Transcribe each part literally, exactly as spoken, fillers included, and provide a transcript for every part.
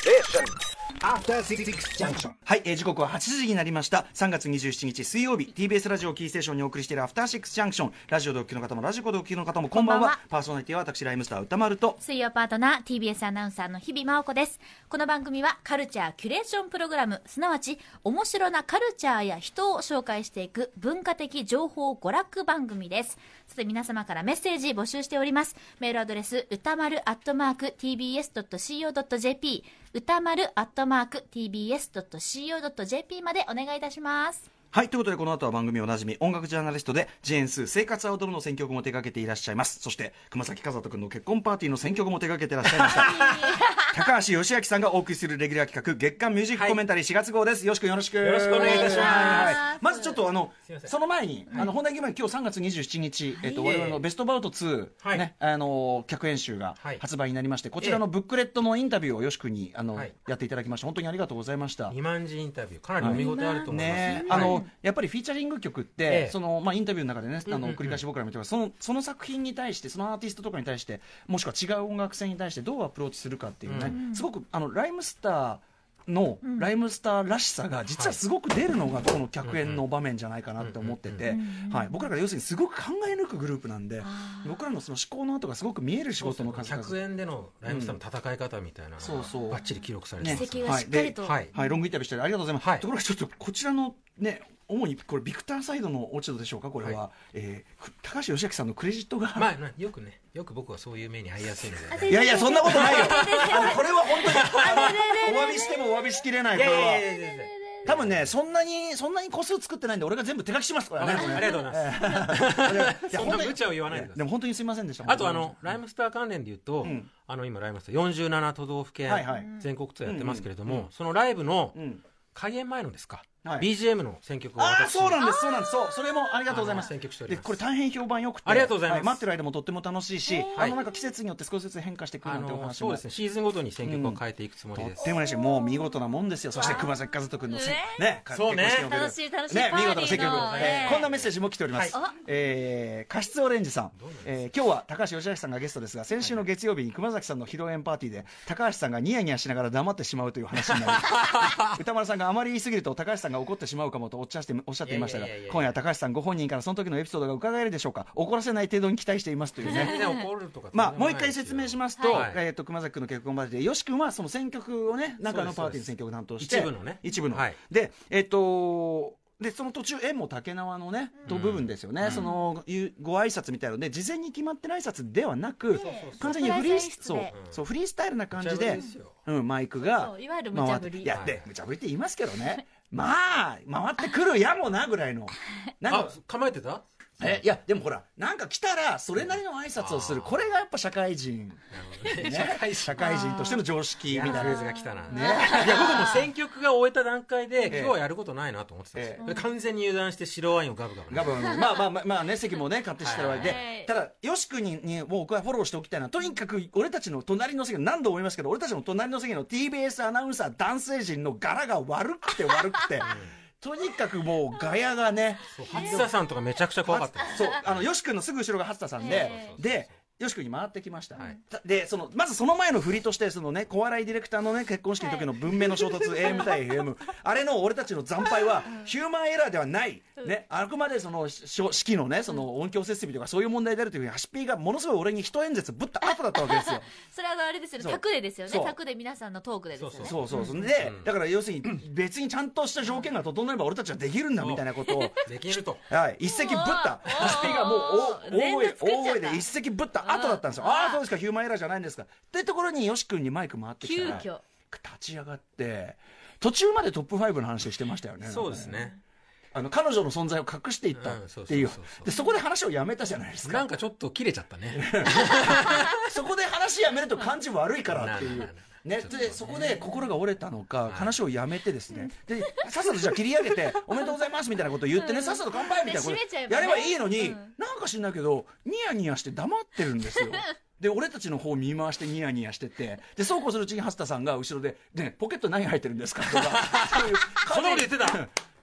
After Six Junction。 はい、えー、時刻ははちじになりました。さんがつにじゅうしちにち水曜日、 ティービーエス ラジオキーステーションにお送りしているアフターシックスジャンクション。ラジオでお聞きの方もラジコでお聞きの方もこんばんは。 こんばんは。 パーソナリティは私ライムスター歌丸と水曜パートナー ティービーエス アナウンサーの日々真央子です。この番組はカルチャーキュレーションプログラム、すなわち面白なカルチャーや人を紹介していく文化的情報娯楽番組です。そして皆様からメッセージ募集しております。メールアドレス歌丸アットマーク ティービーエスドットシーオードットジェーピー、 歌丸アットマーク ティービーエスドットシーオードットジェーピー までお願いいたします。 はい、ということでこの後は番組おなじみ音楽ジャーナリストでジェーンスー生活アウトロの選曲も手掛けていらっしゃいます。そして熊崎和人君の結婚パーティーの選曲も手掛けていらっしゃいました高橋義明さんがお送りするレギュラー企画月間ミュージックコメンタリーしがつ号です。よろしくよろしくよろしくお願いいたします。 はいはい、まずちょっとあのその前に、 はい、 あの本題決まり今日さんがつにじゅうしちにち、はい、えっと、我々のベストバウトツー、はい、ね、あの客演集が発売になりまして、こちらのブックレットのインタビューをよし君にあの、はい、やっていただきました。本当にありがとうございました。 にまんじインタビューかなりお見事あると思います、 ね、あの、はい、やっぱりフィーチャリング曲って、ええ、そのまあ、インタビューの中でね、あの繰り返し僕ら見てます、そのその作品に対してそのアーティストとかに対してもしくは違う音楽性に対してどうアプローチするかっていうね、うん、すごくあのライムスターのライムスターらしさが実はすごく出るのがこの客演の場面じゃないかなって思ってて、はい、僕らが要するにすごく考え抜くグループなんで、僕らのその思考の跡がすごく見える仕事の数々、 客演でのライムスターの戦い方みたいなのがバッチリ記録されてます、 ね、がしっかりと、 はいはい、ロングインタビューしてありがとうございます、はい、ところがちょっとこちらのね、主にこれビクターサイドの落ち度でしょうか、これは、はい、えー、高橋義明さんのクレジットが、 まあ、よくね、よく僕はそういう目に遭いやすいので、ね、 いやいやそんなことないよあのこれは本当にお詫びしてもお詫びしきれない、これは多分ね、そんなにそんなに個数作ってないんで俺が全部手書きしますからね。 ありがとうございますそんな無茶を言わないでください。 でも本当にすいませんでした。 あとあのライムスター関連で言うと、うん、あの今ライムスターよんじゅうなな都道府県全国ツアーやってますけれども、はいはい、そのライブの開演前のですか、はい、ビージーエム の選曲を私、ああそうなんですそうなんですそうそれもありがとうございます。 選曲しております。 でこれ大変評判良くてありがとうございます、 はい、待ってる間もとっても楽しいし、はい、あのなんか季節によって少しずつ変化してくるなんてお話も、 そうですね、シーズンごとに選曲を変えていくつもりです、 うん、とっても嬉しい。もう見事なもんですよ。そして熊崎和人君のせ、 ね、 そうね、 楽しい楽しいね、見事な選曲、 ね、 こんなメッセージも来ております、はい、えー、加湿オレンジさん、えー、今日は高橋義明さんがゲストですが、先週の月曜日に熊崎さんの披露宴パーティーで高橋さんがニヤニヤしながら黙ってしまうという話になり歌丸さんがあまり言い過ぎると高橋さんが怒ってしまうかもとおっしゃっておっしゃっていましたが、今夜高橋さんご本人からその時のエピソードが伺えるでしょうか。怒らせない程度に期待していますというねまあもう一回説明しますと、はい、えー、と熊崎君の結婚パーティーでよし君はその選曲をね、中のパーティーの選曲を担当して一部のね一部の、はい、でえっ、ー、とでその途中縁も竹縄のね、うん、と部分ですよね、うん、そのご挨拶みたいなので事前に決まってない挨拶ではなく、うん、完全にフリース、そう、そうフリースタイルな感じで、うん、マイクがいわゆる無茶ぶり、 いやで無茶ぶりって言いますけどねまあ回ってくるやもなぐらいのなんか構えてた。 えいやでもほらなんか来たらそれなりの挨拶をする、これがやっぱ社会人、ね、社会人社会人としての常識みたいなフレーズが来たな、ね、いや僕も選曲が終えた段階で、ええ、今日はやることないなと思ってたんですよ、ええ、完全に油断して白ワインをガブガブガブガブまあまあまあ、まあね、席もね買ってしてるわけで、はい、ただよし君にに僕はフォローしておきたいのは、とにかく俺たちの隣の席の何度も言いますけど、俺たちの隣の席の ティービーエス アナウンサー男性陣の柄が悪くて悪くて、うん、とにかくもうガヤがね、 初田さんとかめちゃくちゃ怖かった。 そうあのよし君のすぐ後ろが初田さんで、でよし君に回ってきました、はい、でそのまずその前の振りとしてそのね小笑いディレクターのね結婚式の時の文明の衝突、はい、エーエム 対 エフエム あれの俺たちの惨敗はヒューマンエラーではない、ね、あくまでその式のねその音響設備とかそういう問題であるというふうにハシピーがものすごい俺に一演説ぶった後だったわけですよそれはあれですよね、卓でですよね、卓で皆さんのトークでですよね。 そうそうそうで、うん、だから要するに別にちゃんとした条件が整えば俺たちはできるんだみたいなことをできると、 はい、一石ぶったハシピーがもう大声大声で一石ぶった後だったんですよ。ああそうですか、ヒューマンエラーじゃないんですかってところによし君にマイク回ってきたら急遽立ち上がって途中までトップファイブの話してましたよね。 そうですね、 あの彼女の存在を隠していったっていう、でそこで話をやめたじゃないですか。 なんかちょっと切れちゃったねそこで話やめると感じ悪いからっていうね、でそこで心が折れたのか話をやめてですね、でさっさとじゃあ切り上げておめでとうございますみたいなことを言ってね、さっさと乾杯みたいなことやればいいのに、なんか知んないけどニヤニヤして黙ってるんですよで俺たちの方を見回してニヤニヤしてて、でそうこうするうちに初田さんが後ろで、ね、ポケット何入ってるんですかとかそんなこと言ってた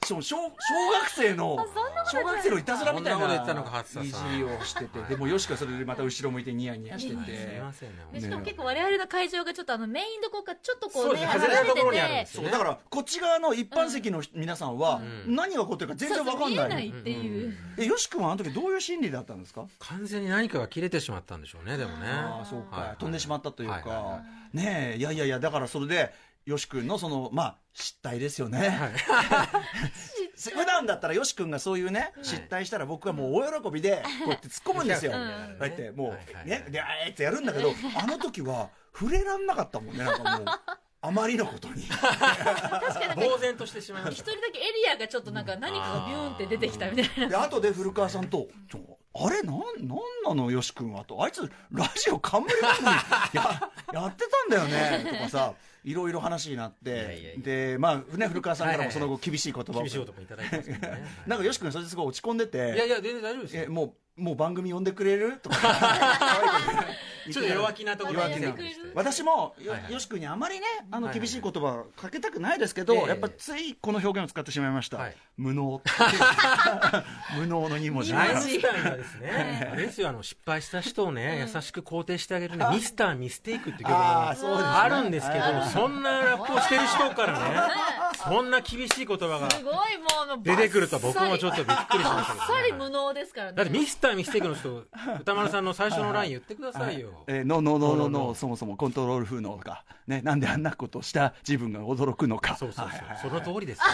小小学生の小学生のいたずらみたいないじりをしてて、でもよしくはそれでまた後ろ向いてニヤニヤしてて、 でしかも結構我々の会場がちょっとあのメインどころかちょっとこうね外れたところにあるんですそうだからこっち側の一般席の皆さんは何が起こってるか全然わかんない。 見えないっていう。 え、よし君はあの時どういう心理だったんですか？ 完全に何かが切れてしまったんでしょうね。でもね。 ああそうか、 はい、 飛んでしまったというか、 はいはいはい、 ねえ、いやいやいや、だからそれでよし君のそのまあ失態ですよね、はい、普段だったらよし君がそういうね、はい、失態したら僕はもう大喜びでこうやって突っ込むんですよ、うん、こうやってもう、はいはいはい、ねであーってやるんだけど、あの時は触れらんなかったもんね、なんかもうあまりのことに確かに呆然としてしまいました。 一人だけエリアがちょっとなんか何かがビューンって出てきたみたいな。 で後で古川さんとあれなんなんなのよし君はと、あいつラジオ冠番組 や, やってたんだよねとかさ、いろいろ話になって、いやいやいや、でまあね、古川さんからもその後厳しい言葉を、 厳しい言葉いただいてますけどねなんかよし君それですごい落ち込んでて、 いやいや全然大丈夫ですよ。 えもうもう番組呼んでくれるとかちょっと弱気なところ弱気な私も よ,、はいはい、よし君にあまりねあの厳しい言葉かけたくないですけど、はいはい、やっぱついこの表現を使ってしまいました、はい、無能無能のに文字アインシュタインがですねあれですよ、あの失敗した人をね優しく肯定してあげるね、ミスターミステイクっていう曲があるんですけど、そんなラップをしてる人からねそんな厳しい言葉が出てくると僕もちょっとびっくりしましたけど、ね、 バッサリ無能ですからね。 だってミスターミステイクの人歌丸さんの最初のライン言ってくださいよ。 えー、ノーノーノーノーノー、そもそもコントロール不能か、ね、なんであんなことをした自分が驚くのか。 そうそうそう、はいはいはい、その通りです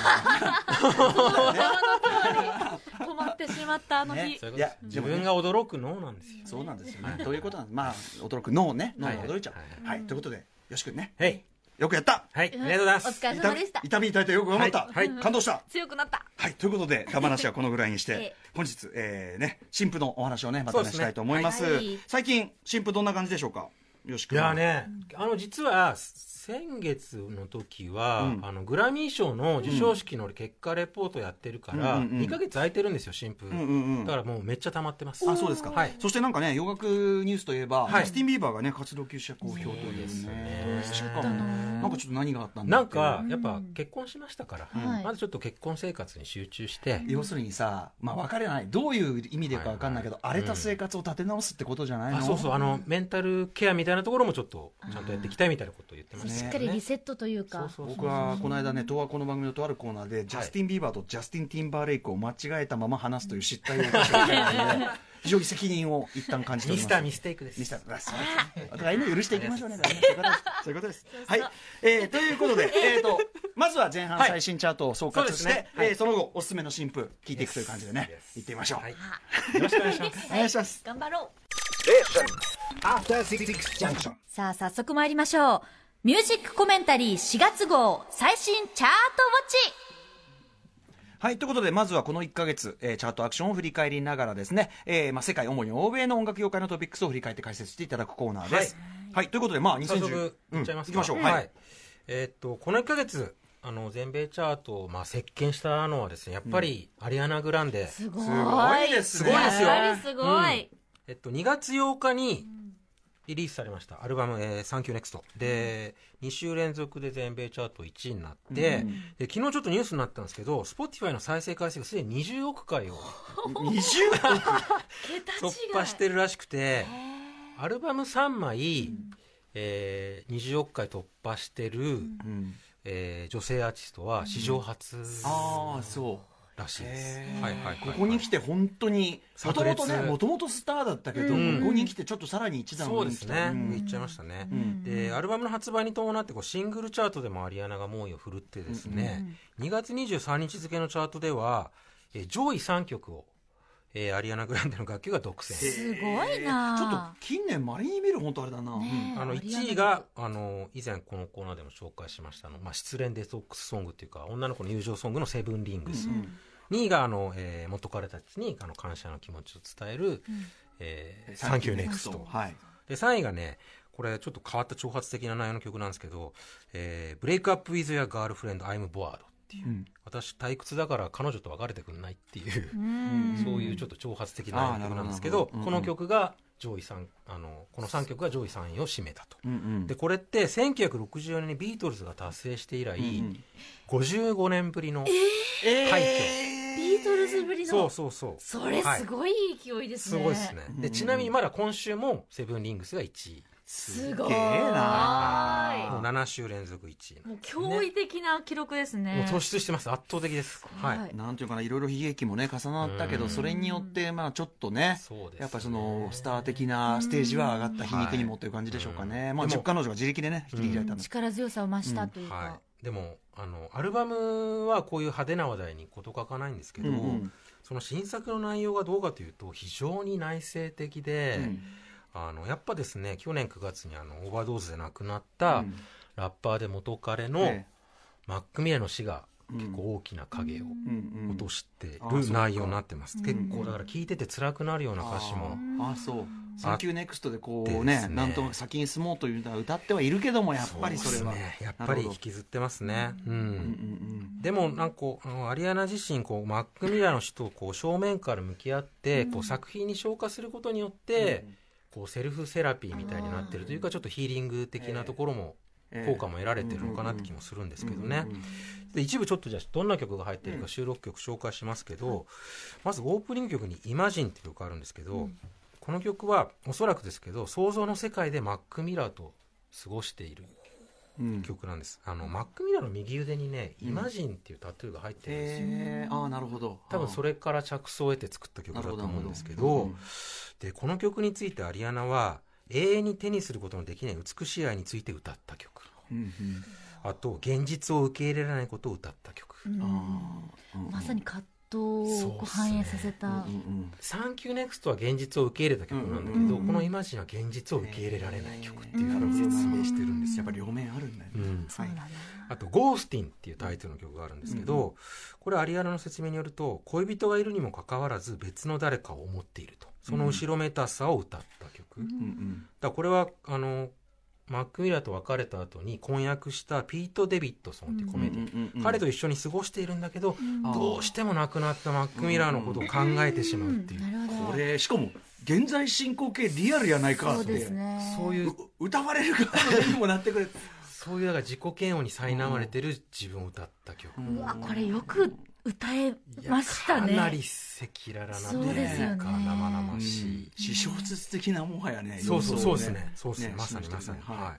止まってしまったあの日、ね、 いや自分が驚く脳なんですよ。 そうなんですよね、ということなんです。まあ驚く脳ね、脳が驚いちゃう、はいはいはい、ということでよし君ね、 はい、 よくやった、 はい、ありがとうございます。 お疲れ様でした。 痛み痛いとよく頑張った、はい、感動した、 強くなった、 はい、ということで玉話はこのぐらいにして、ええ、本日、えーね、新婦のお話をねまた、ね、したいと思います、はい、最近新婦どんな感じでしょうか、よし君。 いやね、あの実は先月の時は、うん、あのグラミー賞の授賞式の結果レポートやってるから、うん、にかげつ空いてるんですよ新婦、うんうんうん、だからもうめっちゃ溜まってます。 あ、そうですか、はい、そしてなんかね洋楽ニュースといえば、はい、ジャスティン・ビーバーがね活動休止者公表というね、しかもなんかちょっと何があったんだなんかやっぱ結婚しましたから、うん、まずちょっと結婚生活に集中して、 要するにさ、まあ、分かれないどういう意味でか分かんないけど、はいはい、荒れた生活を立て直すってことじゃないの、 うん、あそうそう、あのメンタルケアみたいなところもちょっとちゃんとやっていきたいみたいなことを言ってましたね。 しっかりリセットというか、そうそうそうそう、 僕はこの間ね、東亜この番組のとあるコーナーでジャスティン・ビーバーとジャスティン・ティンバーレイクを間違えたまま話すという失態を犯していたので非常に責任を一旦感じております。 ミスターミステイクです。 ミスターそうですね、お互いに許していきましょうね。そういうことです。はい、えー、ということで、えーとまずは前半最新チャートを総括して、はい、そ, ねはい、えー、その後おすすめの新婦聞いていくという感じでね、いってみましょう。はい、よろしくお願いします。お願いします。 頑張ろう。 さあ早速参りましょう。ミュージックコメンタリーしがつ号最新チャートウォッチ。 はい、ということでまずはこのいっかげつ、えー、チャートアクションを振り返りながらですね、えーまあ、世界主に欧米の音楽業界のトピックスを振り返って解説していただくコーナーです。はい、はい、ということでまあにせんじゅう、 うん、いっちゃいますか。 いきましょう。 はい、はい、えー、っとこのいっかげつあの全米チャートをまあ席巻したのはですね、やっぱりアリアナ・グランデ、うん、 すごいですね。すごいですよ。 すごい、うん、 えっとにがつようかにリリースされましたアルバム、えー、サンキューネクストで、うん、にしゅう連続で全米チャートいちいになって、うん、で昨日ちょっとニュースになったんですけど Spotify の再生回数がすでににじゅうおくかいをにじゅうおく突破してるらしくて、アルバムさんまい、うんえー、にじゅうおくかい突破してる、うんえー、女性アーティストは史上初、うん、 ああそうらしいです。はいはいはいはい、 ここに来て本当にもともとねもともとスターだったけど、うん、ここに来てちょっとさらに一段上に来た。そうですね、うん、いっちゃいましたね、うん、でアルバムの発売に伴ってこうシングルチャートでもアリアナが猛威を振るってですね、うん、にがつにじゅうさんにち付のチャートでは、えー、上位さんきょくをえー、アリアナ・グランデの楽曲が独占。 すごいな。 ちょっと近年まれに見る本当あれだな、 ね、 うん、あのいちいがあの以前このコーナーでも紹介しましたの、まあ、失恋デトックスソングっていうか女の子の友情ソングのセブンリングス、うんうん、にいがあの、えー、元彼たちにあの感謝の気持ちを伝える、うんえー、サンキューネクスト、はい、でさんいがねこれちょっと変わった挑発的な内容の曲なんですけど、えー、ブレイクアップウィズやガールフレンド I'm boredっていう、うん、私退屈だから彼女と別れてくんないっていう、うん、そういうちょっと挑発的な内容の曲なんですけど、この曲が上位さんあのこのさんきょくが上位さんいを占めたと、 うんうん、 でこれってせんきゅうひゃくろくじゅうよねんにビートルズが達成して以来、うんうん、ごじゅうごねんぶりの快挙、 えー、ビートルズぶりのそうそうそうそれすごい勢いですね、 はい、すごいですね。でちなみにまだ今週もセブンリングスがいちい、 すごいな、もうなな週連続いちい、ね、 もう驚異的な記録ですね。 もう突出してます、圧倒的です。 はい、なんていうかな、いろいろ悲劇もね重なったけど、それによってまあちょっとね、そうですね、やっぱりそのスター的なステージは上がった皮肉にもという感じでしょうかね。まあ彼女が自力でね引き開いたんです。 力強さを増したというか、 はい、でもあのアルバムはこういう派手な話題に事欠かないんですけど、うんうん、その新作の内容がどうかというと非常に内省的で、うん、あのやっぱですね、去年くがつにあのオーバードーズで亡くなったラッパーで元彼のマック・ミラーの死が結構大きな影を落としている内容になってます、うんうん、結構だから聴いてて辛くなるような歌詞も、 ああそう、サンキューネクストでこうね、なんと先に進もうというのは歌ってはいるけども、やっぱりそれは、 ね、やっぱり引きずってますね、うんうんうんうん、でもなんかあのアリアナ自身こうマック・ミラーの死とこう正面から向き合って、うん、こう作品に昇華することによって、うん、こうセルフセラピーみたいになってるというか、ちょっとヒーリング的なところも効果も得られてるのかなって気もするんですけどね。で一部ちょっとじゃあどんな曲が入っているか収録曲紹介しますけど、うん、まずオープニング曲にイマジンっていう曲あるんですけど、うん、この曲はおそらくですけど想像の世界でマック・ミラーと過ごしている曲なんです、うん、あのマック・ミラーの右腕にね、うん、イマジンっていうタトゥーが入ってるんですよ、 えー、あーなるほど、 多分それから着想を得て作った曲だと思うんですけど、うん、でこの曲についてアリアナは永遠に手にすることのできない美しい愛について歌った曲、うんうん、あと現実を受け入れられないことを歌った曲、うん、 あまさに葛藤を反映させた、ね、うんうん、 サンキューネクストは現実を受け入れた曲なんだけど、うんうんうん、このイマジンは現実を受け入れられない曲っていうふうに説明してるんですよ。 やっぱり両面あるんだよね、うんはい、 あとゴースティンっていうタイトルの曲があるんですけど、うんうん、これアリアナの説明によると恋人がいるにもかかわらず別の誰かを思っていると、その後ろめたさを歌った曲、うんうん、だからこれはあのマック・ミラーと別れた後に婚約したピート・デビッドソンっていうコメディ、うんうんうん、彼と一緒に過ごしているんだけど、うん、どうしても亡くなったマック・ミラーのことを考えてしまうっていう、 うんうん、これしかも現在進行形リアルやないかって、そうですね、 そういう歌われる側にもなってくれそういうだから自己嫌悪に苛まれてる自分を歌った曲、 うん、うわこれよく歌えましたね。 かなり赤裸々なそうですよね、 生々しい、 私小説的なもはやね、 そうそうそうですね、そうですね、まさにまさに、はい、はい、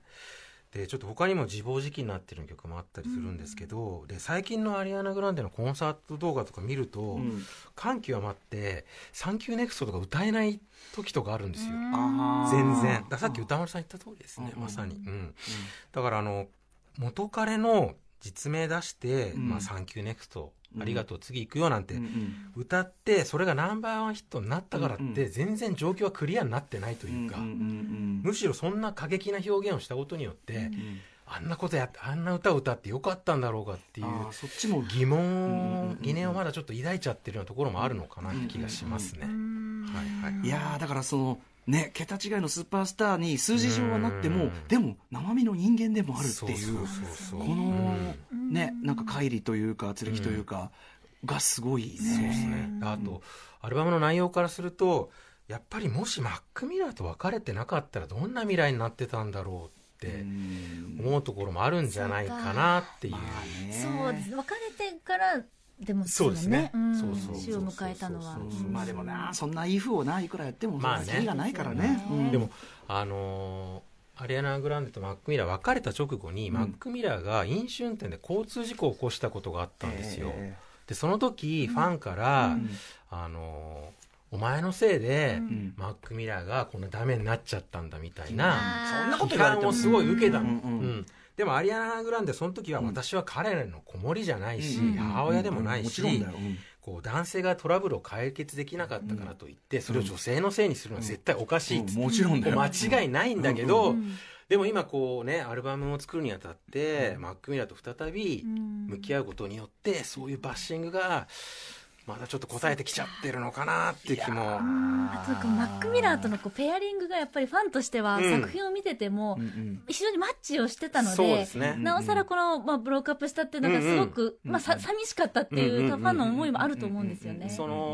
でちょっと他にも自暴自棄になってる曲もあったりするんですけど、うん、で最近のアリアナ・グランデのコンサート動画とか見ると、うん、感極まってサンキューネクストとか歌えない時とかあるんですよ、全然。だからさっき歌丸さん言った通りですね、まさに、うんうん、だからあの元彼の実名出して、うんまあ、サンキューネクストありがとう、次行くよなんて歌って、それがナンバーワンヒットになったからって全然状況はクリアになってないというか、むしろそんな過激な表現をしたことによって、あんなことやってあんな歌を歌ってよかったんだろうかっていう疑問疑念をまだちょっと抱いちゃってるようなところもあるのかなって気がしますね。 いやだからそのね、桁違いのスーパースターに数字上はなってもでも生身の人間でもあるっていうこのねなんか乖離というか圧力というかがすごいね。そうですね。 あとアルバムの内容からするとやっぱりもしマック・ミラーと別れてなかったらどんな未来になってたんだろうって思うところもあるんじゃないかなっていう。 そうです。別れてからでもそうですね、 うん、そうそう死を迎えたのは、 まあでもなそんなイフをないくらやってもまあねキリがないからね、うん、 でもあのー、アリアナ・グランデとマック・ミラー別れた直後に、うん、マック・ミラーが飲酒運転で交通事故を起こしたことがあったんですよ、えー、でその時、うん、ファンから、うん、あのー、お前のせいで、うん、マック・ミラーがこんなダメになっちゃったんだみたいな、 そんなこと批判をすごい受けたの、うんうんうんでもアリアナ・グランデその時は私は彼らの子守じゃないし、うん、母親でもないし、うんうん、こう男性がトラブルを解決できなかったからといって、うん、それを女性のせいにするのは絶対おかしいっつって、 うん、もちろんだよ間違いないんだけど、うん、でも今こうねアルバムを作るにあたって、うん、マック・ミラーと再び向き合うことによってそういうバッシングがまだちょっと答えてきちゃってるのかなっていう気も。 あとマック・ミラーとのこうペアリングがやっぱりファンとしては作品を見てても非常にマッチをしてたので、そうですね、なおさらこの、まあ、ブロークアップしたっていうのがすごく、うんうんまあ、さ寂しかったっていうファンの思いもあると思うんですよね。 その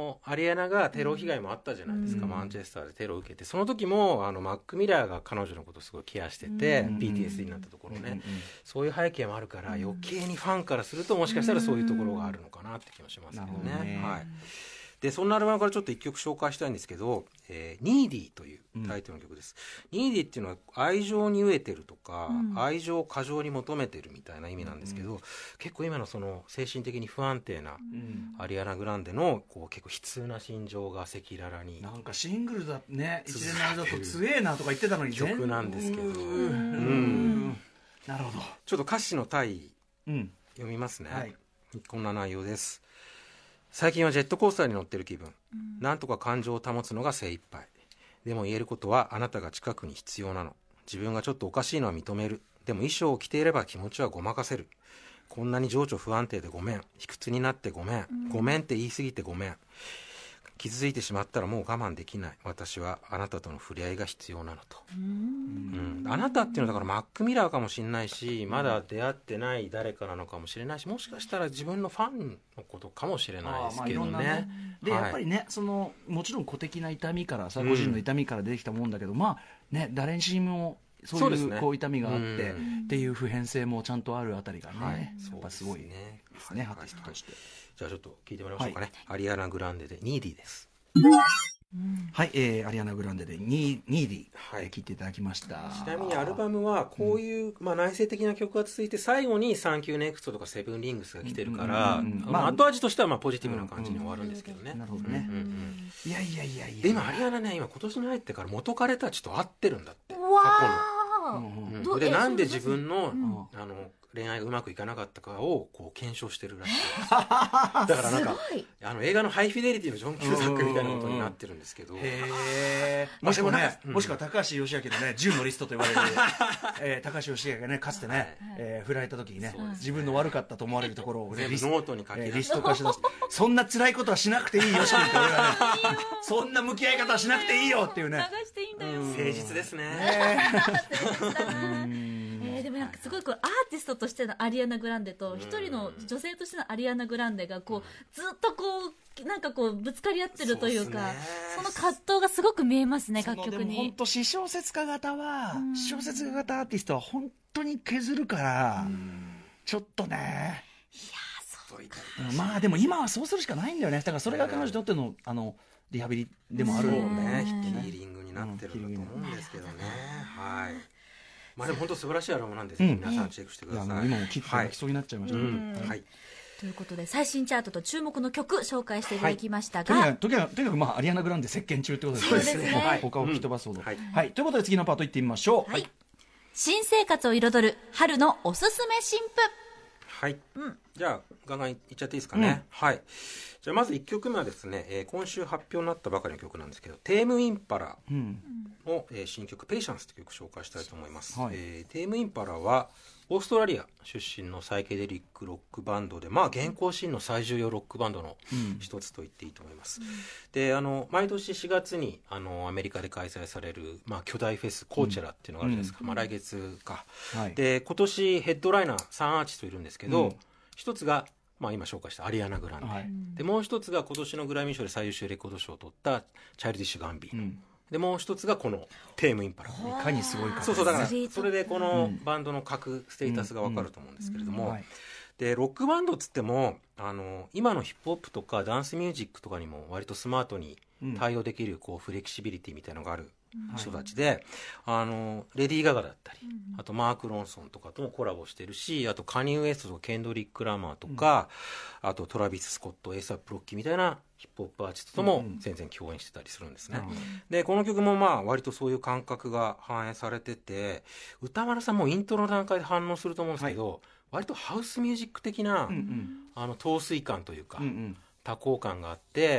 のアリアナがテロ被害もあったじゃないですか、 うん、 マンチェスターでテロを受けて、その時もあのマック・ミラーが彼女のことをすごいケアしてて、うん、ピーティーエスディー になったところね、うんうん、そういう背景もあるから余計にファンからするともしかしたらそういうところがあるのかなって気もしますけどね、うん、はい。でそんなアルバムからちょっといっきょく紹介したいんですけど、えー、ニーディーというタイトルの曲です、うん、ニーディーっていうのは愛情に飢えてるとか、うん、愛情を過剰に求めてるみたいな意味なんですけど、うん、結構今のその精神的に不安定なアリアナ・グランデのこう結構悲痛な心情が赤裸々になんかシングルだね一連の間だと強えなとか言ってたのに曲なんですけど、うん、うんなるほど。 ちょっと歌詞のタイ、 うん、 読みますね、 はい、 こんな内容です。最近はジェットコースターに乗ってる気分、うん、なんとか感情を保つのが精一杯。でも言えることはあなたが近くに必要なの。自分がちょっとおかしいのは認める。でも衣装を着ていれば気持ちはごまかせる。こんなに情緒不安定でごめん。卑屈になってごめん、うん、ごめんって言い過ぎてごめん。傷ついてしまったらもう我慢できない。私はあなたとの触れ合いが必要なのと、うんうん、あなたっていうのはだからマック・ミラーかもしれないし、まだ出会ってない誰かなのかもしれないし、もしかしたら自分のファンのことかもしれないですけど ね, まあねで、はい、やっぱりねそのもちろん個的な痛みからさ、個人の痛みから出てきたもんだけど、うん、まあね誰にもそういう、ね、こう痛みがあって、うん、っていう普遍性もちゃんとあるあたりがね、はい、やっぱすごいですね、アーティストとして。 じゃあちょっと聞いてもらいましょうかね、はい、アリアナ・グランデでニーディーです。 うん、はい、えー、アリアナ・グランデでニー、ニーディー、はい、聞いていただきました。 ちなみにアルバムはこういう、うん、まあ、内省的な曲が続いて最後にサンキューネクストとかセブンリングスが来てるから、うんうんうん、まあ、後味としてはまあポジティブな感じに終わるんですけどね、 うんうん、なるほどね、うんうん、いやいやいやいや。 で今アリアナね今今年に入ってから元彼たちと会ってるんだって、過去の、うんうん、でなんで自分の、うん、あの恋愛がうまくいかなかったかをこう検証してるらしいですだからなんかあの映画のハイフィデリティのジョン・キューサックみたいなことになってるんですけど、 へー、もしくはね、うん、もしくは高橋義明のねじゅうのリストと言われる、えー、高橋義明がねかつてね、はいえー、振られた時にね自分の悪かったと思われるところを、ね、 リスノートに書き出して、えー、 リスト化し出してそんな辛いことはしなくていいよ義明って俺がねそんな向き合い方はしなくていいよっていうね流していいんだよ、 誠実ですね、 えー、でもなんかすごいこうアーティストとしてのアリアナ・グランデと一人の女性としてのアリアナ・グランデがこうずっとこうなんかこうぶつかり合ってるというか、 そ, その葛藤がすごく見えますね楽曲に。 本当詩小説家型は詩小説家型アーティストは本当に削るからちょっとね、 いやそうか、 まあでも今はそうするしかないんだよね。だからそれが彼女にとってのあのリハビリでもあるそうね、ヒーリングになってるんだと思うんですけどね、はい。まあでも本当素晴らしいアルバムなんですけど、うん、皆さんチェックしてください。 いや今も切って泣きそうになっちゃいました、はいうんはい、ということで最新チャートと注目の曲紹介していただきましたが、 はい、とにかくとにかくまあアリアナ・グランデ席巻中ってことですね。 そうですね、 はい、他を吹き飛ばすほど、うんはいはい、ということで次のパートいってみましょう、 はいはい、新生活を彩る春のおすすめ新譜。 はい、うん、じゃあガンガンいっちゃっていいですかね、うん、はいじゃあまずいっきょくめはですね、えー、今週発表になったばかりの曲なんですけどテームインパラの、うんえー、新曲ペイシャンスという曲を紹介したいと思います、はいえー、テームインパラはオーストラリア出身のサイケデリックロックバンドで、まあ、現行シーンの最重要ロックバンドの一つと言っていいと思います、うん、であの毎年しがつにあのアメリカで開催される、まあ、巨大フェスコーチェラっていうのがあるじゃないですか、うんまあ、来月か、はい、で今年ヘッドライナーさんアーティストいるんですけど、うん、一つがまあ、今紹介したアリアナ・グランデ、はい、でもう一つが今年のグラミー賞で最優秀レコード賞を取ったチャイルディッシュ・ガンビーノ、うん、でもう一つがこのテームインパラ。 いかにすごいか、 そうそうだからそれでこのバンドの各ステータスが分かると思うんですけれども、うんうんはい、でロックバンドっつってもあの今のヒップホップとかダンスミュージックとかにも割とスマートに対応できるこうフレキシビリティみたいなのがある人たちで、はい、あのレディー・ガガだったり、うん、あとマーク・ロンソンとかともコラボしてるし、あとカニー・ウエストとかケンドリック・ラマーとか、うん、あとトラビス・スコット、エイサップ・ロッキーみたいなヒップホップアーティストとも全然共演してたりするんですね、うん、でこの曲もまあ割とそういう感覚が反映されてて、歌丸さんもイントロの段階で反応すると思うんですけど、はい、割とハウスミュージック的な、うんうん、あの陶酔感というか、うんうん、多幸感があって、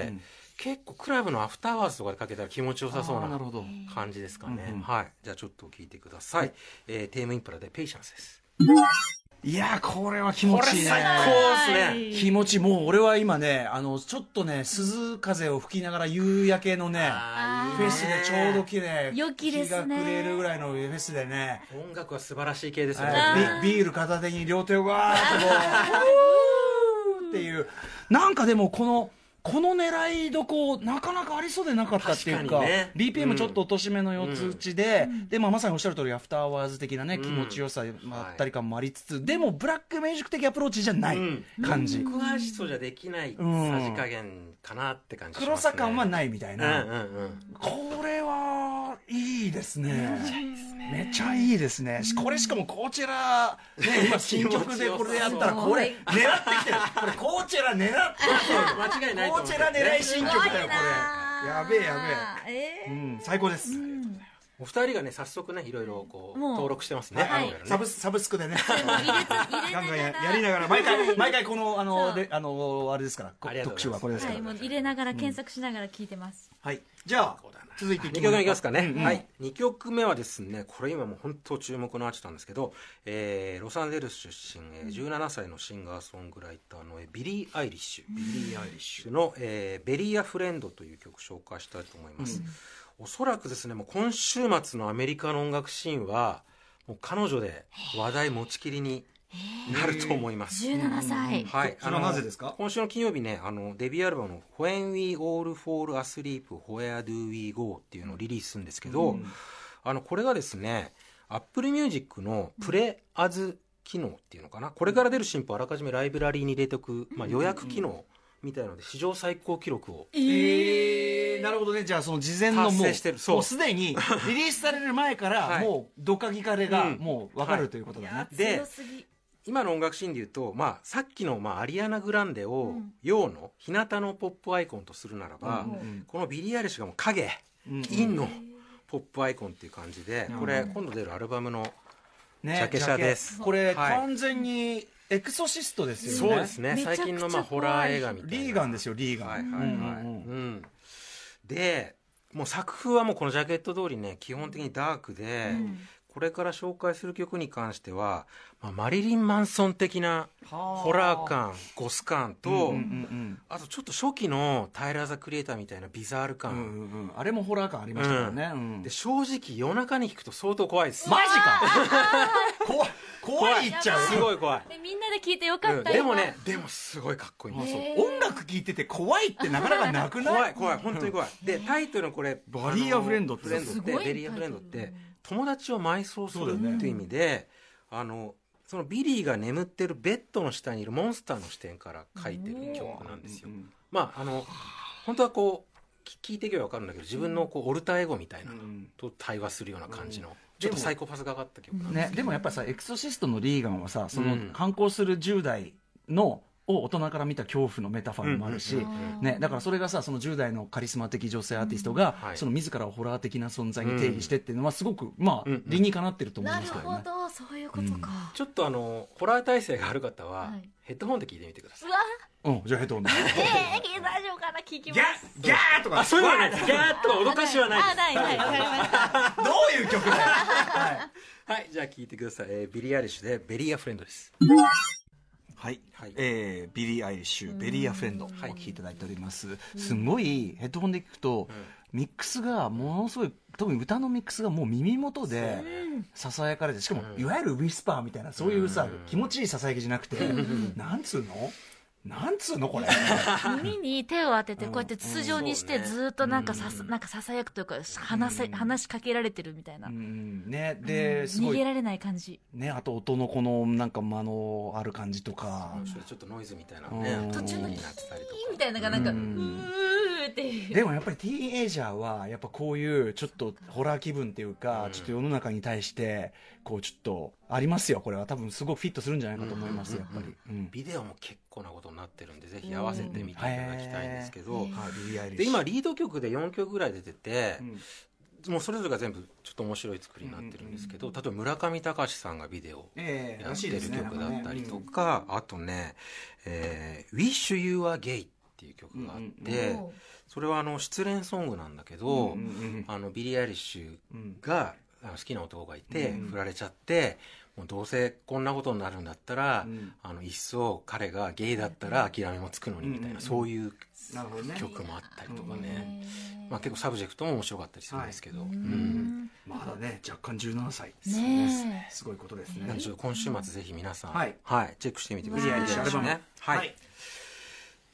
うん結構クラブのアフターアワーズとかでかけたら気持ちよさそうな感じですかね、うんうん、はいじゃあちょっと聞いてください、はいえー、テームインプラでペイシャンスです。 いやこれは気持ちいいね。 これ最高ですね。気持ちいい。もう俺は今ねあのちょっとね涼風を吹きながら夕焼けのねフェスでちょうど綺麗良きですね。 日が暮れるぐらいのフェスでね音楽は素晴らしい系ですよね。 ビ, ビール片手に両手をわーっとこうっていうなんかでもこのこの狙いどこなかなかありそうでなかったっていうか、 ね、 ビーピーエム ちょっと落としめのよつ打ちで、うん、でまあ、まさにおっしゃる通りアフターアワーズ的なね、うん、気持ちよさまったり感もありつつ、はい、でもブラックミュージック的アプローチじゃない感じ、 うん、クアーシストじゃできないさじ加減かなって感じしますね。 黒さ感はないみたいな、 うんうんうん、 これはいいですね、めちゃいいですね。これしかもコーチェラ、ね、今新曲でこれでやったらこれ狙ってきてる、これコーチェラ狙ってきてる間違いないと思う、 コーチェラ狙い新曲だよこれ。やべえやべえ、えーうん、最高です、うん、 お二人がね早速ねいろいろこう登録してますね、 はい、サブサブスクでねガンガンやりながら毎回毎回このあのであのあれですから特集はこれですから、 はい、もう入れながら検索しながら聞いてます、 うん、はい、じゃあ続いてにきょくめいきますかね、うんうん、はい、にきょくめはですね、これ今もう本当注目のアーティストなんですけど、えー、ロサンゼルス出身、えー、じゅうななさいのシンガーソングライターの、えー、ビリー・アイリッシュ、ビリー・アイリッシュの、えー、ベリー・ア・フレンドという曲を紹介したいと思います、うん、おそらくですねもう今週末のアメリカの音楽シーンはもう彼女で話題持ちきりになると思います。 じゅうななさい、 はい、あのなぜですか。 今週の金曜日ね、あのデビューアルバムの When We All Fall Asleep Where Do We Go っていうのをリリースするんですけど、うん、あのこれがですね Apple Music のプレアズ機能っていうのかな、これから出る新譜をあらかじめライブラリーに入れておく、まあ、予約機能みたいなので史上最高記録を、 えー、なるほどね。じゃあその事前のもう達成してる、そうもうすでにリリースされる前からもうドカギカレがもう分かるということだね、 はい、 で今の音楽シーンでいうと、まあ、さっきの、まあ、アリアナ・グランデを洋の日向のポップアイコンとするならば、うん、このビリー・アイリッシュがもう影、うん、陰のポップアイコンっていう感じで、うん、これ今度出るアルバムのジャケ写です、 ね、これ、はい、完全にエクソシストですよね。 そうですね、最近のまあホラー映画みたいなリーガンですよ、リーガン、 はいはいはい、うんうん、でもう作風はもうこのジャケット通りね基本的にダークで、うん、これから紹介する曲に関しては、まあ、マリリン・マンソン的なホラー感、ゴス感と、うんうんうん、あとちょっと初期のタイラー・ザ・クリエイターみたいなビザール感、うんうんうん、あれもホラー感ありましたからね、うんうん、 で正直夜中に聴くと相当怖いです。 マジか怖い怖いっちゃう、 すごい怖い。 でみんなで聴いてよかった、 うん、でもねでもすごいかっこいい。 音楽聴いてて怖いってなかなかなくない怖い怖い本当に怖い。でタイトルのこれバリーアフレンドってベリーアフレンドって友達を埋葬するっていう意味で、ね、あのそのビリーが眠ってるベッドの下にいるモンスターの視点から書いてる曲なんですよ。まああの本当はこう聞いていけば分かるんだけど自分のこうオルターエゴみたいなのと対話するような感じの、うん、ちょっとサイコパスがかった曲なんですけど、 ね、でもやっぱさエクソシストのリーガンはさその反抗するじゅう代のを大人から見た恐怖のメタファーもあるし、ね、だからそれがさそのじゅう代のカリスマ的女性アーティストが、うんはい、その自らをホラー的な存在に定義してっていうのはすごくまあ、うん、理にかなってると思いますけどね。 なるほどそういうことか、うん、 ちょっとあのホラー耐性がある方は、はい、ヘッドホンで聞いてみてください。 うわうん、じゃあヘッドホンで。 えー、大丈夫かな聞きます。 ギャッギャーとかあそういうのないギャーとか脅かしはないです。 あないないわかりました。 どういう曲だよ。はい、 はい、じゃあ聞いてください、えー、ビリー・アイリッシュでベリー・アフレンドです。 はい、はい、えー、ビリー・アイリッシュベリー・アフレンドを聴いていただいております。すごいヘッドホンで聞くと、うん、ミックスがものすごい特に歌のミックスがもう耳元でささやかれてしかもいわゆるウィスパーみたいなそういうさ、うん、気持ちいいささやきじゃなくて、うん、なんつうのなんつうのこれ耳に手を当ててこうやって筒状にしてずっとなんかさ、うん、なんかささやくというか話せ、うん、話しかけられてるみたいな、うんね、で、すごい逃げられない感じ、 ね、あと音のこのなんか間のある感じとかちょっとノイズみたいなね途中のキーみたいなのがなんかうーっていう。 でもやっぱりティーンエイジャーはやっぱこういうちょっとホラー気分っていうか、うん、ちょっと世の中に対してこうちょっとありますよ。これは多分すごくフィットするんじゃないかと思います、うん、やっぱり、うん、 ビデオも結構なことになってるんでぜひ合わせてみていただきたいんですけど、 うん、 で今リード曲でよんきょくぐらい出てて、うん、もうそれぞれが全部ちょっと面白い作りになってるんですけど、うんうんうん、例えば村上隆さんがビデオをやってる曲だったりとか、あとね、えー、Wish You Were Gay っていう曲があって、うんうん、それはあの失恋ソングなんだけど、うんうんうん、あのビリー・アイリッシュが好きな男がいて、うん、振られちゃってもうどうせこんなことになるんだったら、うん、あのいっそ彼がゲイだったら諦めもつくのにみたいな、うん、そういう曲もあったりとかね、うんまあ、結構サブジェクトも面白かったりするんですけど、はいうん、 まだね若干じゅうななさいですね。すごいことですね。 ちょっと今週末ぜひ皆さん、 はいはい、チェックしてみてください。 アルバム、 ねはいはい、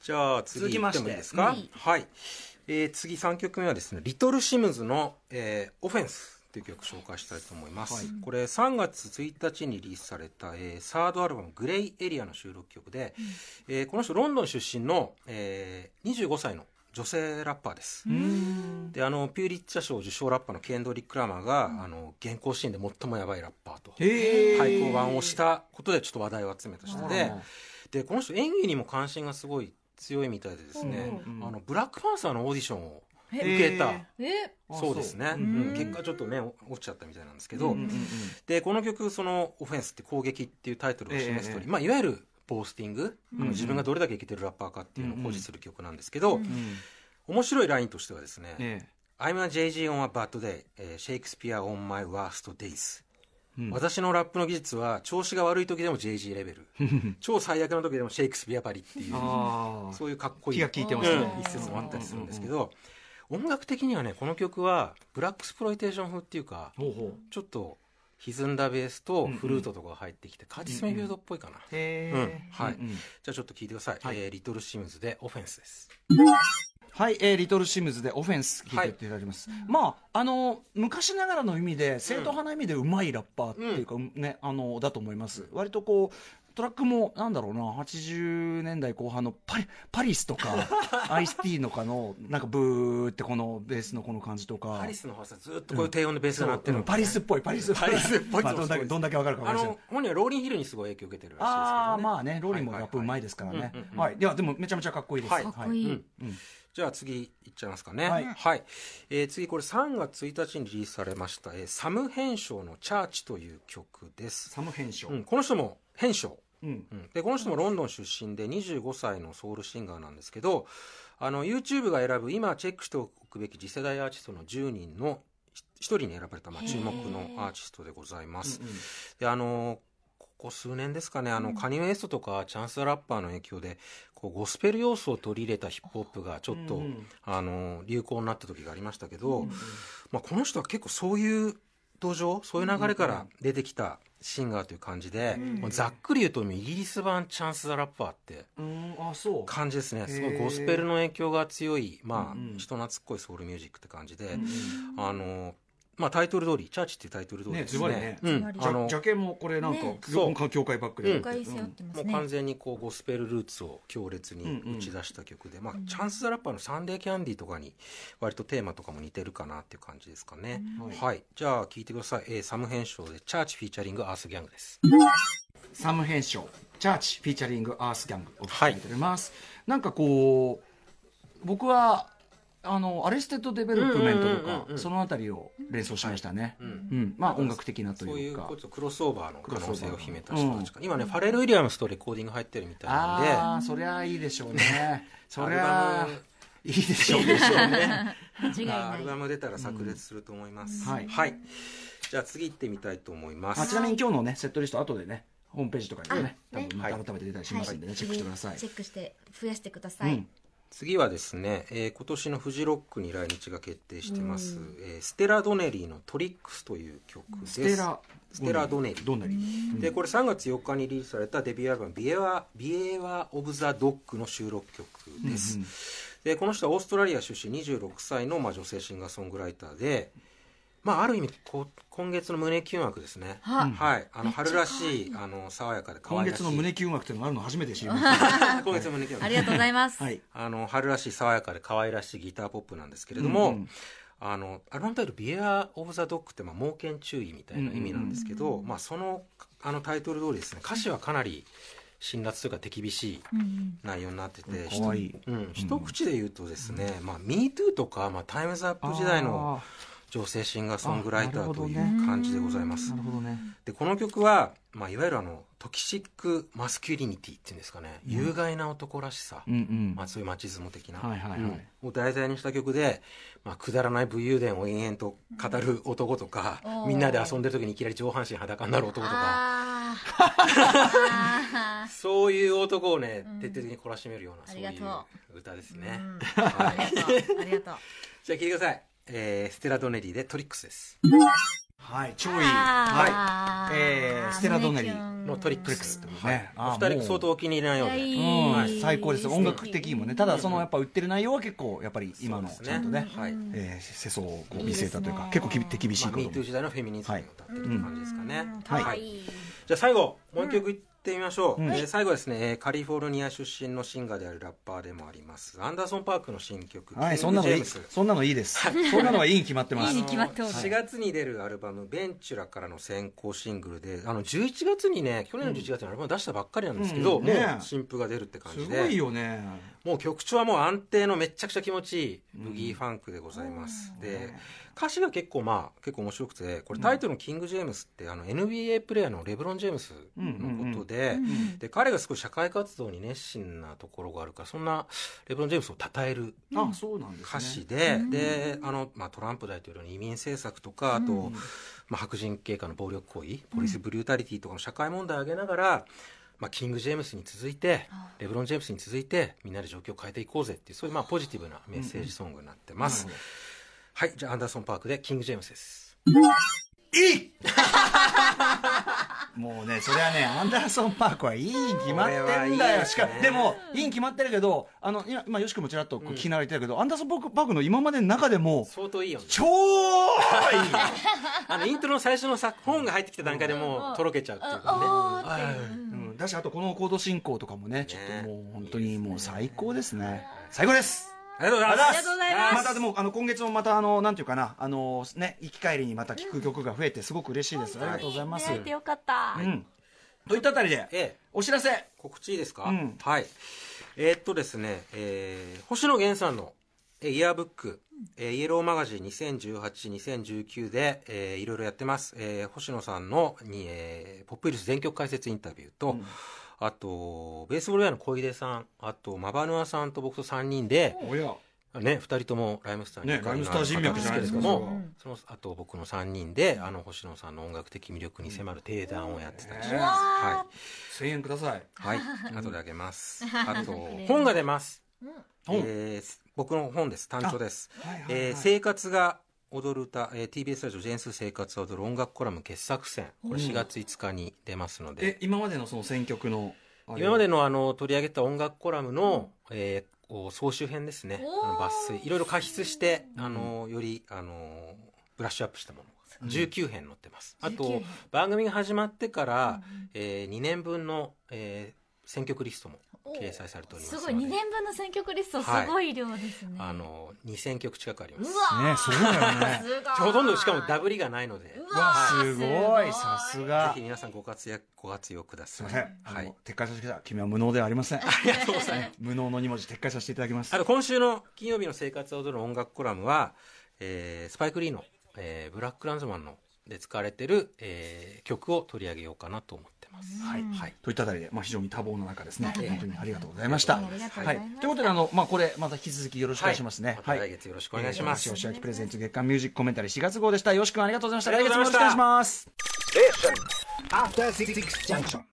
じゃあ次行ってもいいですか。 続きましてはい、えー次さんきょくめはですね、リトルシムズの、えーオフェンスという曲を紹介したいと思います、 はいこれさんがつついたちにリリースされた、えーサードアルバムグレイエリアの収録曲で、えーこの人ロンドン出身の、えーにじゅうごさいの女性ラッパーです、であのピューリッツァ賞受賞ラッパーのケンドリック・ラマーが、あの現行シーンで最もヤバいラッパーとへー対抗版をしたことでちょっと話題を集めた人で、 あでこの人演技にも関心がすごい強いみたいでですね、 うんうんあのブラックパンサーのオーディションをえ受けた、 へえあそうですね、 そううんうん結果ちょっとね落ちちゃったみたいなんですけど、 うんうんうんでこの曲そのオフェンスって攻撃っていうタイトルを示す通り、 ええまあ、いわゆるポースティング、 うん自分がどれだけイケてるラッパーかっていうのを誇示する曲なんですけど、 うんうん面白いラインとしてはですね、 え I'm a ジェイジー on a bad day、えー、Shakespeare on my worst days、 えうん私のラップの技術は調子が悪い時でも ジェイジー レベル超最悪の時でもシェイクスピアパリっていうああそういうかっこいい気が利いてますねうん一節もあったりするんですけど、音楽的にはねこの曲はブラックスプロイテーション風っていうかほうほうちょっと歪んだベースとフルートとかが入ってきて、カーティス・メイフィールドっぽいかな、 へうんえはいうんうんじゃあちょっと聞いてください、 はいえーリトルシムズでオフェンスです。 はい、えーリトルシムズでオフェンス聞いてっていただきます、まああの昔ながらの意味で正統派な意味でうまいラッパーっていうか、ねあのだと思います割とこうトラックもなんだろうなはちじゅうねんだいこう半のパリパリスとかアイスティーのかのなんかブーってこのベースのこの感じとかパリスの方はさずっとこういう低音でベースが鳴ってるの、 うんパリスっぽいパリスっぽいパリスっぽいまあどんだけどんだけわかるかわかありませんの本人はローリンヒルにすごい影響を受けてるらしいですけどね。 ああまあねローリンもラップうまいですからねはいはいはいはいではでもめちゃめちゃかっこいいですはいかっこいい、 うんうんじゃあ次いっちゃいますかね。 ははいい、えー次これさんがつついたちにリリースされました、えーサム・ヘンショーのチャーチという曲です。 サム編集うん、この人もヘンショー。 うんうん、でこの人もロンドン出身でにじゅうごさいのソウルシンガーなんですけど、あの YouTube が選ぶ今チェックしておくべき次世代アーティストのじゅうにんのひとりに選ばれた、まあ、注目のアーティストでございます。 うんうんであのここ数年ですかねあの、カニウエストとかチャンス・ザ・ラッパーの影響でこうゴスペル要素を取り入れたヒップホップがちょっと、 うんうんあの流行になった時がありましたけど、まあ、この人は結構そういう土壌そういう流れから出てきたシンガーという感じで、 うんもうざっくり言うとイギリス版チャンス・ザ・ラッパーってうんあそう感じですね。すごいへーゴスペルの影響が強い、まあうんうん人懐っこいソウルミュージックって感じで、 うんあのまあ、タイトル通りチャーチっていうタイトル通りですね。 ねズバリねうんズバリジャあのジャケもこれなんかねそう教会バックでうん深い背負ってますね、 もう完全にこうゴスペルルーツを強烈に打ち出した曲で、まあ、チャンス・ザ・ラッパーのサンデー・キャンディーとかに割とテーマとかも似てるかなっていう感じですかね。 うんはい、じゃあ聴いてください、えーサム編集でチャーチフィーチャリングアースギャングです。 サム編集チャーチフィーチャリングアースギャングを聞いております、なんかこう僕はあのアレステッド・デベロップメントとうんうんうんうんかそのあたりを連想しましたね、 うんうんまあ音楽的なとそういかいううことクロスオーバーの可能性を秘めたクロスオーバー人たちか、今ねファレル・ウィリアムスとレコーディング入ってるみたいなんでああそりゃいいでしょうねそりゃアルバムいいでしょうね間違いまあないアルバム出たら炸裂すると思います、 うんはいはい、じゃあ次行ってみたいと思います。 あちなみに今日のねセットリスト後でねホームページとかにもねあね多分また改めて出たりしますんでね、チェックしてくださいチェックして増やしてください、 うん次はですね、えー今年のフジロックに来日が決定してます、えーステラ・ドネリーのトリックスという曲です。 ステラステラ・ドネリードネリーでこれさんがつよっかにリリースされたデビューアルバムビエワ「ビエワ・オブ・ザ・ドッグ」の収録曲です、 うんうんでこの人はオーストラリア出身にじゅうろくさいの、まあ、女性シンガーソングライターで、まあ、ある意味こう今月の胸キュン枠ですね。 ははい、あの春らしいあの爽やかで可今愛らしい月の胸キュン枠っていうのがあるの初めて知りました今月の胸キュン枠ありがとうございます、 はいあの春らしい爽やかで可愛らしいギターポップなんですけれども、 うんうんあのアルバムタイトル「ビエア・オブ・ザ・ドッグ」って、まあ、猛犬注意みたいな意味なんですけど、まあ、そのあのタイトル通りですね歌詞はかなり辛辣というか手厳しいうんうん内容になってて、 うん可愛いうん、一口で言うとですね、まあ、MeToo とか、まあ、タイムズアップ時代の女性シンガーソングライターという感じでございます。 なるほどねでこの曲は、まあ、いわゆるあのトキシックマスキュリニティっていうんですかね、有害な男らしさ、 うんうんまあ、そういうマチズモ的な、 はいはいはいうんを題材にした曲で、まあ、くだらない武勇伝を延々と語る男とか、 うんみんなで遊んでる時にいきなり上半身裸になる男とか、 あーそういう男をね、 うん徹底的に懲らしめるようなそういありがとう歌ですね、 うんはい、 ありがとうありがとうじゃあ聴いてください、えーステラ・ドネリーでトリックスです。 はい、超いい。 あーはい。えー、ステラ・ドネリーのトリックスってことね、 ね。 お二人相当お気に入りなようで、 いうん、 はい最高です。音楽的にもね。ただ、そのやっぱ売ってる内容は結構、やっぱり今のそうですねちゃんとね、 はいえー世相をこう見据えたというか、 いいですね結構きび手厳しいまあ、 こともミートゥー時代のフェミニズムを歌ってるって感じですかね。 かわいい。 じゃあ最後もう一曲いってみましょう、 うんえー最後ですね、えーカリフォルニア出身のシンガーであるラッパーでもありますアンダーソン・パークの新曲、 はい、 キそんなのいい。 ングジェームス。 そんなのいいです。そんなのはいいに決まってます。 いいに決まってますしがつに出るアルバム「ベンチュラ」からの先行シングルで、あのじゅういちがつにね、去年のじゅういちがつにアルバム出したばっかりなんですけど、 うんねもう新譜が出るって感すじで、 ごいよね。 もう曲調はもう安定のめちゃくちゃ気持ちいいブギーファンクでございます、で歌詞が結構まあ結構面白くて、これタイトルのキング・ジェームスってあの エヌビーエー プレーヤーのレブロン・ジェームスのことで、で彼がすごい社会活動に熱心なところがあるから、そんなレブロン・ジェームスを称えるあ、そうなんですね。 歌詞で、であの、まあ、トランプ大統領の移民政策とか、あと、まあ、白人系下の暴力行為、ポリスブリュータリティとかの社会問題を挙げながら、まあ、キング・ジェームスに続いてレブロン・ジェームスに続いてみんなで状況を変えていこうぜっていう、そういうまあポジティブなメッセージソングになってます、 うんうんはい。じゃあアンダーソン・パークでキング・ジェームスです。 いいもうね、それはね、アンダーソン・パークはいいに決まってんこれはいいだよ。 ですねしかでも、いいに決まってるけど、あの、今、今よし君もちらっとこう聞きながら言ってたけど、アンダーソン・パークの今までの中でも、 相当いいよね。 超いいあのイントロの最初のさ本が入ってきた段階でもうとろけちゃうっていうかね。 あーはいうん、だし、あとこのコード進行とかもね、ちょっともう本当にもう最高ですね。最高です。 ありがとうございます。 ありがとうございますまたでもあの今月もまたあのなんていうかな、あのね、行き帰りにまた聴く曲が増えてすごく嬉しいです。ありがとうございます。 出会えてよかった。 うん。といったあたりでええ、 お知らせ。 告知いいですか、 うんはい。えーっとですね、えー星野源さんのえーイヤーブック、えーイエローマガジンにせんじゅうはち、にせんじゅうきゅうで、えーいろいろやってます。えー星野さんのに、えーポップイルス全曲解説インタビューと、 うんあとベースボールウェアの小出さん、あとマバヌアさんと僕とさんにんで、 おや。 ね、ふたりともライムスターにねゆかりのあるライムスター人脈じゃないですか方それはも、そのあと僕のさんにんであの星野さんの音楽的魅力に迫る定談をやってたりしねます。はせんえんください。 い、はい、後であげます。あと本が出ます。 本えー僕の本です。単調です。 はいはいはいえー生活が踊る歌、えー、ティービーエス ラジオジェーンス生活が踊る音楽コラム傑作選、これしがついつかに出ますので、 え、今までのその選曲のあれ今までのあの取り上げた音楽コラムの、えーこう総集編ですね。 おーあの抜粋いろいろ加筆して、あのよりあのブラッシュアップしたものがじゅうきゅうへん載ってます。あじゅうきゅうとへん番組が始まってから、えーにねんぶんの、えー選曲リストも掲載されておりますので、 すごいにねんぶんの選曲リストすごい量ですね。 あのにせんきょく近くあります。 うわね、そうだよね。 すごい。 ほとんどしかもダブりがないので、 ううわ、 わすごい、さすぜがひ。皆さんご活躍ご活用ください。 すみません。あはいの、。撤回させてください。君は無能ではありません。 ありがとうございます。 無能のに文字撤回させていただきますあ。と今週の金曜日の生活を踊る音楽コラムは、えースパイク・リーの、えーブラック・ランズマンので使われてる、えー曲を取り上げようかなと思ってます。 はいはい。 といったあたりで、まあ、非常に多忙の中ですね、 はい本当にありがとうございました。 ありがとうござはいいま、すということで、あの、まあ、これ、また引き続きよろしくお願いしますね。 また来月よろしくお願いします。 よしあきプレゼンツ月間ミュージックコメンタリーしがつ号でした。よし君ありがとうございました。 ありがとうございました来月もよろしくお願いします。 After Six Junction.